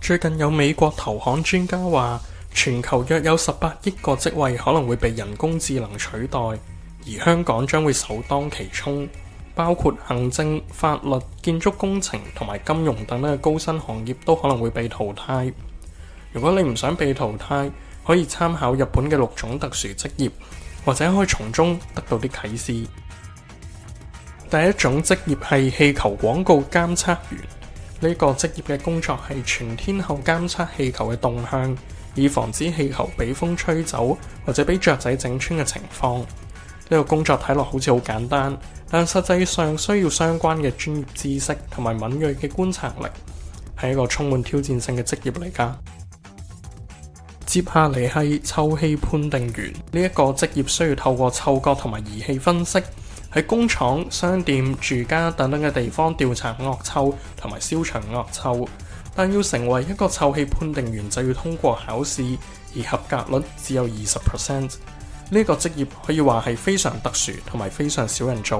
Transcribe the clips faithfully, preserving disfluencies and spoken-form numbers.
最近有美國投行專家話，全球約有十八億個職位可能會被人工智能取代，而香港將會首當其衝，包括行政、法律、建築工程同埋金融等嘅高薪行業都可能會被淘汰。如果你唔想被淘汰，可以參考日本嘅六種特殊職業，或者可以從中得到啲啟示。第一種職業係氣球廣告監測員。呢個職業嘅工作係全天候監測氣球嘅動向，以防止氣球俾風吹走或者俾雀仔整穿嘅情況。呢個工作睇落好似好簡單，但實際上需要相關嘅專業知識同埋敏銳嘅觀察力，係一個充滿挑戰性嘅職業嚟㗎。接下嚟係臭氣判定員。呢一個職業需要透過嗅覺同埋儀器分析，喺工廠、商店、住家等等嘅地方調查惡臭同埋消除惡臭，但要成為一個臭氣判定員就要通過考試，而合格率只有二十 percent。呢個職業可以話係非常特殊同埋非常少人做。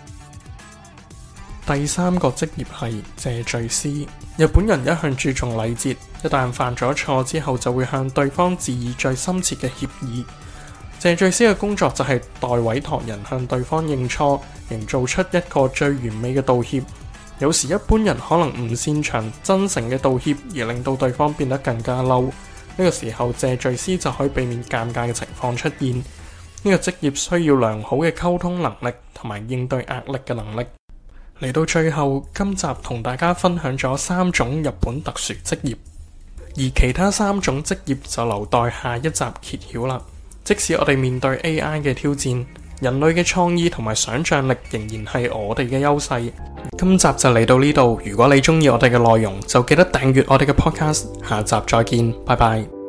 第三個職業係謝罪師。日本人一向注重禮節，一旦犯咗錯之後就會向對方致以最深切嘅歉意。謝罪師嘅工作就係代委託人向對方認錯，營造出一個最完美嘅道歉。有時一般人可能唔擅長真誠嘅道歉，而令到對方變得更加嬲。呢個時候謝罪師就可以避免尷尬嘅情況出現。呢個職業需要良好嘅溝通能力同埋應對壓力嘅能力。嚟到最後，今集同大家分享咗三種日本特殊職業，而其他三種職業就留待下一集揭曉啦。即使我哋面對 A I 嘅挑戰，人類嘅創意同埋想像力仍然係我哋嘅優勢。今集就嚟到呢度，如果你中意我哋嘅內容，就記得訂閱我哋嘅 podcast。下集再見，拜拜。